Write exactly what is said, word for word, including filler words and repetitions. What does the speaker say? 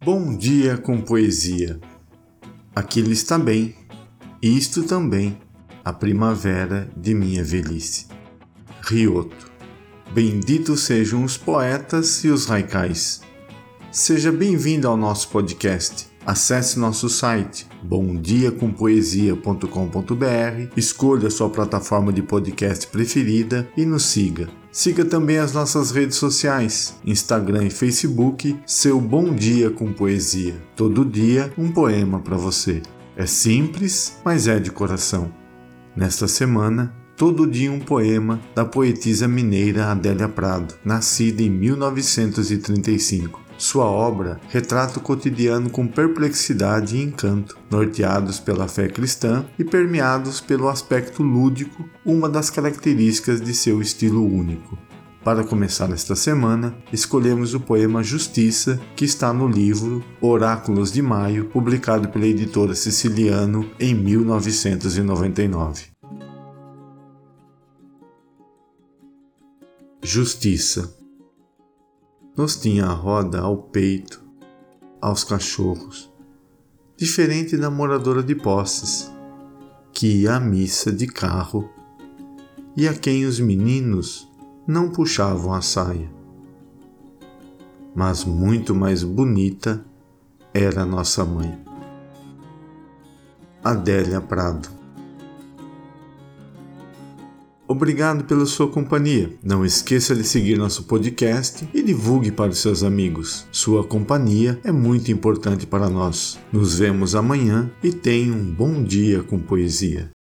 Bom dia com poesia. Aquilo está bem, isto também, a primavera de minha velhice. Rioto. Benditos sejam os poetas e os haikais. Seja bem-vindo ao nosso podcast. Acesse nosso site bom dia com poesia ponto com ponto b r, escolha sua plataforma de podcast preferida e nos siga. Siga também as nossas redes sociais, Instagram e Facebook, seu Bom Dia com Poesia. Todo dia um poema para você. É simples, mas é de coração. Nesta semana, todo dia um poema da poetisa mineira Adélia Prado, nascida em mil novecentos e trinta e cinco. Sua obra retrata o cotidiano com perplexidade e encanto, norteados pela fé cristã e permeados pelo aspecto lúdico, uma das características de seu estilo único. Para começar esta semana, escolhemos o poema Justiça, que está no livro Oráculos de Maio, publicado pela editora Siciliano em mil novecentos e noventa e nove. Justiça. Nos tinha a roda ao peito, aos cachorros, diferente da moradora de posses, que ia à missa de carro e a quem os meninos não puxavam a saia. Mas muito mais bonita era nossa mãe. Adélia Prado. Obrigado pela sua companhia. Não esqueça de seguir nosso podcast e divulgue para os seus amigos. Sua companhia é muito importante para nós. Nos vemos amanhã e tenha um bom dia com poesia.